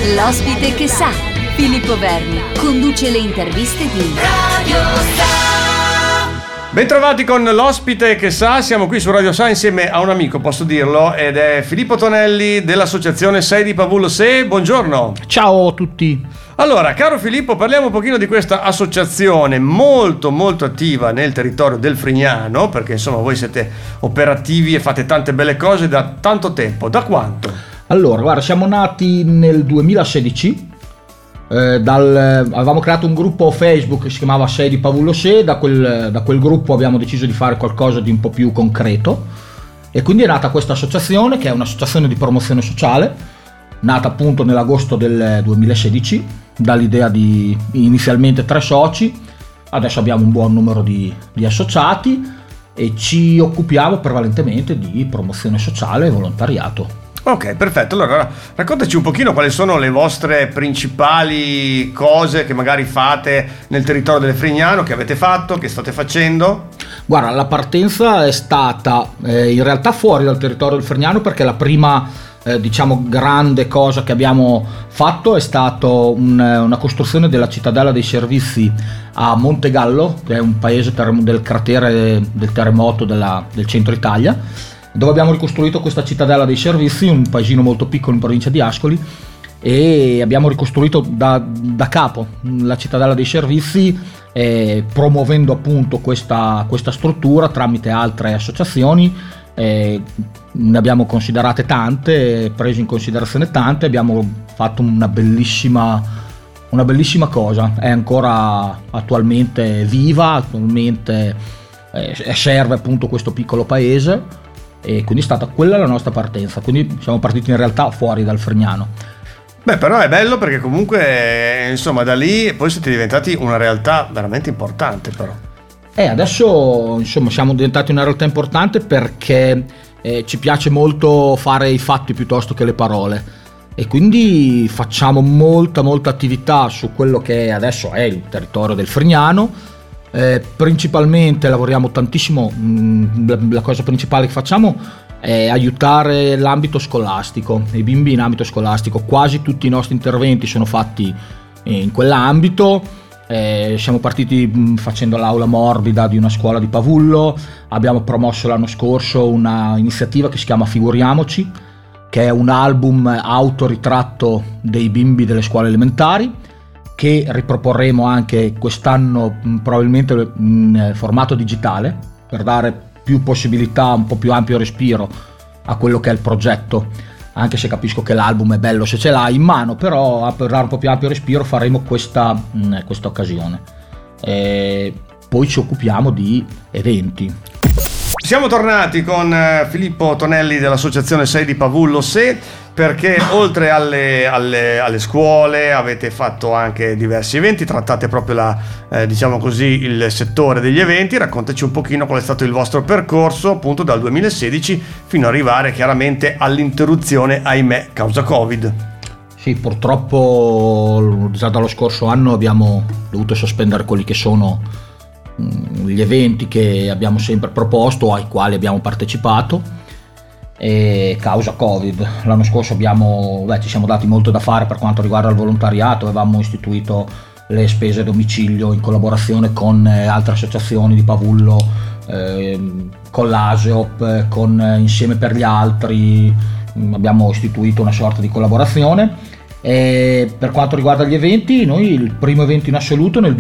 L'ospite che sa. Filippo Verni conduce le interviste di Radio Sa. Bentrovati con l'ospite che sa, siamo qui su Radio Sa insieme a un amico, posso dirlo, ed è Filippo Tonelli dell'associazione 6 di Pavullo Se. Buongiorno. Ciao a tutti. Allora, caro Filippo, parliamo un pochino di questa associazione molto attiva nel territorio del Frignano, perché insomma voi siete operativi e fate tante belle cose da tanto tempo. Da quanto? Allora, guarda, siamo nati nel 2016, avevamo creato un gruppo Facebook che si chiamava 6 di Pavullo Se, da quel gruppo abbiamo deciso di fare qualcosa di un po' più concreto e quindi è nata questa associazione, che è un'associazione di promozione sociale, nata appunto nell'agosto del 2016, dall'idea di inizialmente 3 soci, adesso abbiamo un buon numero di associati e ci occupiamo prevalentemente di promozione sociale e volontariato. Ok, perfetto. Allora, raccontaci un pochino quali sono le vostre principali cose che magari fate nel territorio del Frignano, che avete fatto, che state facendo. Guarda, la partenza è stata in realtà fuori dal territorio del Frignano, perché la prima grande cosa che abbiamo fatto è stato una costruzione della cittadella dei servizi a Montegallo, che è un paese del cratere del terremoto del centro Italia, dove abbiamo ricostruito questa cittadella dei servizi, un paesino molto piccolo in provincia di Ascoli, e abbiamo ricostruito da capo la cittadella dei servizi, promuovendo appunto questa struttura tramite altre associazioni. Ne abbiamo considerate tante, preso in considerazione tante, abbiamo fatto una bellissima cosa, è ancora attualmente viva, attualmente serve appunto questo piccolo paese. E quindi è stata quella la nostra partenza, quindi siamo partiti in realtà fuori dal Frignano. Beh, però è bello perché comunque insomma da lì poi siete diventati una realtà veramente importante, però. Adesso insomma siamo diventati una realtà importante perché ci piace molto fare i fatti piuttosto che le parole e quindi facciamo molta attività su quello che adesso è il territorio del Frignano. Principalmente lavoriamo tantissimo, la cosa principale che facciamo è aiutare l'ambito scolastico, i bimbi in ambito scolastico. Quasi tutti i nostri interventi sono fatti in quell'ambito. Siamo partiti facendo l'aula morbida di una scuola di Pavullo, abbiamo promosso l'anno scorso una iniziativa che si chiama Figuriamoci, che è un album autoritratto dei bimbi delle scuole elementari, che riproporremo anche quest'anno probabilmente in formato digitale per dare più possibilità, un po' più ampio respiro a quello che è il progetto, anche se capisco che l'album è bello se ce l'hai in mano, però per dare un po' più ampio respiro faremo questa occasione. Poi ci occupiamo di eventi. Siamo tornati con Filippo Tonelli dell'associazione 6 di Pavullo Se, perché oltre alle scuole avete fatto anche diversi eventi, trattate proprio il settore degli eventi. Raccontaci un pochino qual è stato il vostro percorso appunto dal 2016 fino ad arrivare chiaramente all'interruzione, ahimè, causa Covid. Sì, purtroppo già dallo scorso anno abbiamo dovuto sospendere quelli che sono gli eventi che abbiamo sempre proposto o ai quali abbiamo partecipato, e causa Covid. L'anno scorso ci siamo dati molto da fare per quanto riguarda il volontariato, avevamo istituito le spese a domicilio in collaborazione con altre associazioni di Pavullo, con l'ASEOP, con Insieme per gli Altri, abbiamo istituito una sorta di collaborazione. E per quanto riguarda gli eventi, noi il primo evento in assoluto nel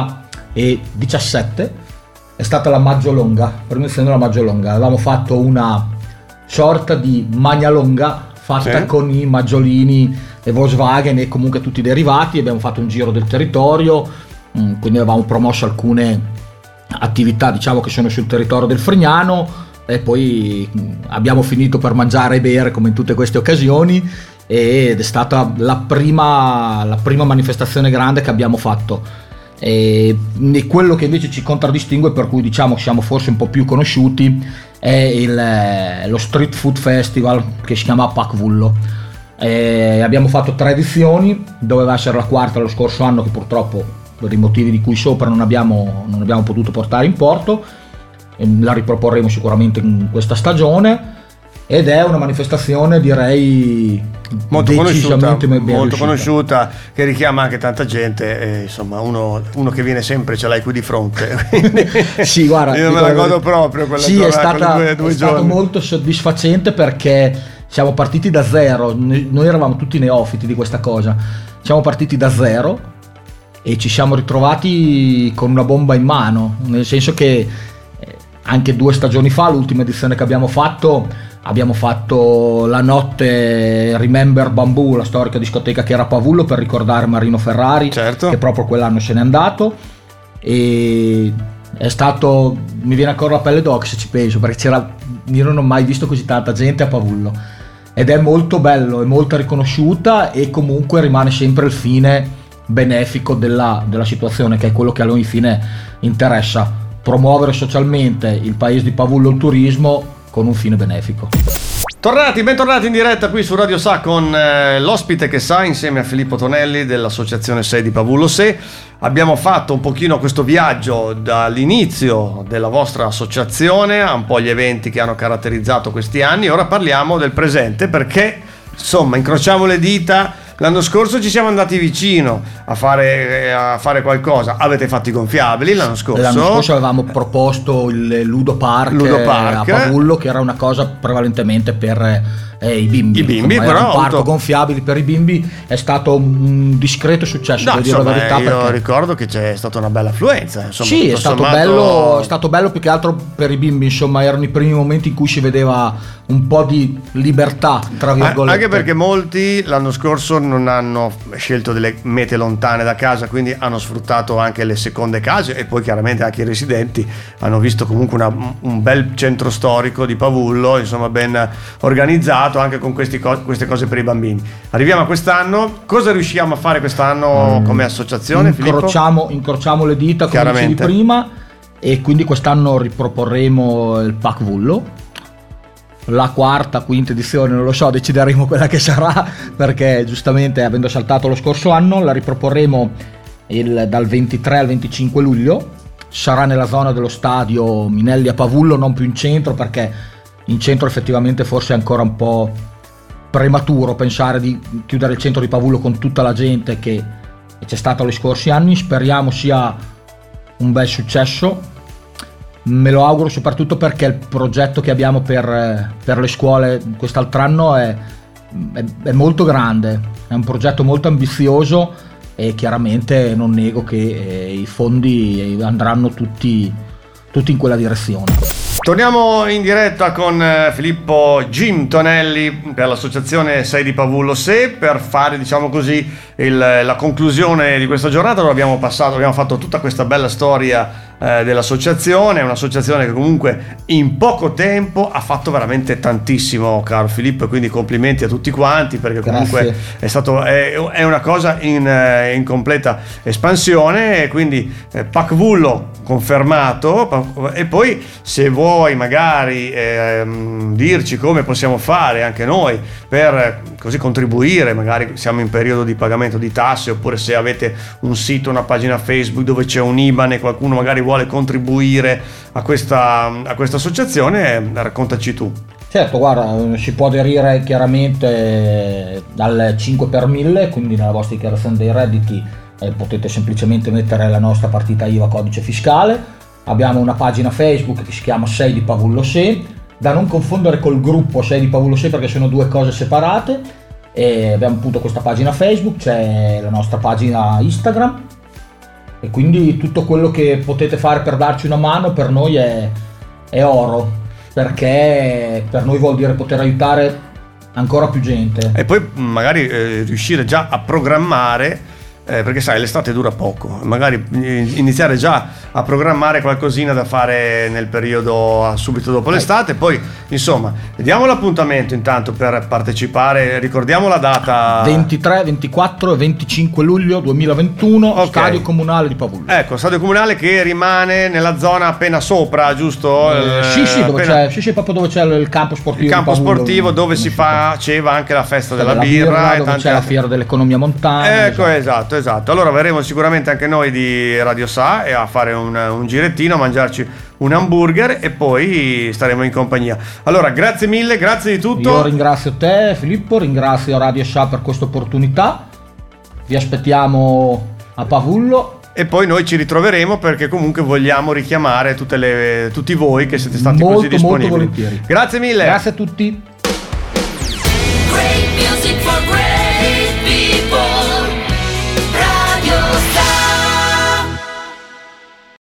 2017 è stata la Maggiolonga, avevamo fatto una sorta di Magnalonga fatta sì, con i Maggiolini e Volkswagen e comunque tutti i derivati. Abbiamo fatto un giro del territorio, quindi avevamo promosso alcune attività che sono sul territorio del Frignano e poi abbiamo finito per mangiare e bere come in tutte queste occasioni, ed è stata la prima manifestazione grande che abbiamo fatto. E quello che invece ci contraddistingue, per cui siamo forse un po' più conosciuti, è lo Street Food Festival che si chiama Pacvullo. Abbiamo fatto 3 edizioni, doveva essere la quarta lo scorso anno che purtroppo per i motivi di cui sopra non abbiamo potuto portare in porto. La riproporremo sicuramente in questa stagione. ed è una manifestazione, direi, molto conosciuta, che richiama anche tanta gente, e, insomma, uno che viene sempre ce l'hai qui di fronte. Sì, guarda, io me la godo proprio quella giornata, è stato molto soddisfacente, perché siamo partiti da zero. Noi eravamo tutti neofiti di questa cosa, siamo partiti da zero e ci siamo ritrovati con una bomba in mano, nel senso che anche 2 stagioni fa, l'ultima edizione che abbiamo fatto la notte Remember Bamboo, la storica discoteca che era a Pavullo, per ricordare Marino Ferrari, certo, che proprio quell'anno se n'è andato, e è stato, mi viene ancora la pelle d'oca se ci penso, perché io non ho mai visto così tanta gente a Pavullo, ed è molto bello, è molto riconosciuta, e comunque rimane sempre il fine benefico della situazione, che è quello che a noi fine interessa: promuovere socialmente il paese di Pavullo, il turismo, con un fine benefico. Bentornati in diretta qui su Radio Sa con l'ospite che sa, insieme a Filippo Tonelli dell'associazione 6 di Pavullo Se. Abbiamo fatto un pochino questo viaggio dall'inizio della vostra associazione a un po' gli eventi che hanno caratterizzato questi anni. Ora parliamo del presente, perché insomma incrociamo le dita. L'anno scorso ci siamo andati vicino a fare qualcosa. Avete fatto i gonfiabili l'anno scorso? L'anno scorso avevamo proposto il Ludo Park a Pavullo, che era una cosa prevalentemente per i bimbi. Però un parco gonfiabili per i bimbi, è stato un discreto successo, devo dire la verità. Io ricordo che c'è stata una bella affluenza. Insomma, sì, è stato bello più che altro per i bimbi, insomma, erano i primi momenti in cui si vedeva un po' di libertà, tra virgolette. Anche perché molti l'anno scorso non hanno scelto delle mete lontane da casa, quindi hanno sfruttato anche le seconde case, e poi chiaramente anche i residenti hanno visto comunque un bel centro storico di Pavullo, insomma, ben organizzato, anche con queste cose per i bambini. Arriviamo a quest'anno, cosa riusciamo a fare quest'anno come associazione? Incrociamo le dita, come dicevi prima, e quindi quest'anno riproporremo il Pac Vullo, la quinta edizione, non lo so, decideremo quella che sarà, perché giustamente, avendo saltato lo scorso anno, la riproporremo dal 23 al 25 luglio. Sarà nella zona dello stadio Minelli a Pavullo, non più in centro, perché in centro effettivamente forse è ancora un po' prematuro pensare di chiudere il centro di Pavullo con tutta la gente che c'è stata gli scorsi anni. Speriamo sia un bel successo, me lo auguro, soprattutto perché il progetto che abbiamo per le scuole quest'altro anno è molto grande, è un progetto molto ambizioso, e chiaramente non nego che i fondi andranno tutti in quella direzione. Torniamo in diretta con Filippo Jim Tonelli per l'associazione 6 di Pavullo Se, per fare, diciamo così, la conclusione di questa giornata. Abbiamo fatto tutta questa bella storia dell'associazione, un'associazione che comunque in poco tempo ha fatto veramente tantissimo, caro Filippo, e quindi complimenti a tutti quanti, perché comunque è una cosa in completa espansione, e quindi Pavullo confermato. E poi, se vuoi magari dirci come possiamo fare anche noi per così contribuire, magari siamo in periodo di pagamento di tasse, oppure se avete un sito, una pagina Facebook dove c'è un IBAN e qualcuno magari vuole contribuire a questa associazione, raccontaci tu. Certo, guarda, si può aderire chiaramente dal 5 per 1000, quindi nella vostra dichiarazione dei redditi potete semplicemente mettere la nostra partita IVA, codice fiscale. Abbiamo una pagina Facebook che si chiama 6 di Pavullo Se, da non confondere col gruppo 6 di Pavullo Se, perché sono due cose separate. E abbiamo appunto questa pagina Facebook, c'è la nostra pagina Instagram, e quindi tutto quello che potete fare per darci una mano per noi è oro, perché per noi vuol dire poter aiutare ancora più gente. E poi magari riuscire già a programmare, perché sai, l'estate dura poco, magari iniziare già a programmare qualcosina da fare nel periodo subito dopo l'estate. Poi insomma, vediamo l'appuntamento intanto per partecipare, ricordiamo la data: 23, 24 e 25 luglio 2021, Stadio Comunale di Pavullo. Ecco, stadio comunale che rimane nella zona appena sopra, giusto? Sì, proprio dove c'è il campo sportivo. Il campo sportivo dove si faceva anche la festa della birra, dove c'è la fiera dell'economia montana. Ecco, esatto. Allora verremo sicuramente anche noi di Radio Sa a fare un girettino, a mangiarci un hamburger e poi staremo in compagnia. Allora, grazie mille, grazie di tutto. Io ringrazio te, Filippo, ringrazio Radio Sha per questa opportunità. Vi aspettiamo a Pavullo. E poi noi ci ritroveremo, perché comunque vogliamo richiamare tutti voi che siete stati molto, così disponibili. Molto volentieri. Grazie mille. Grazie a tutti.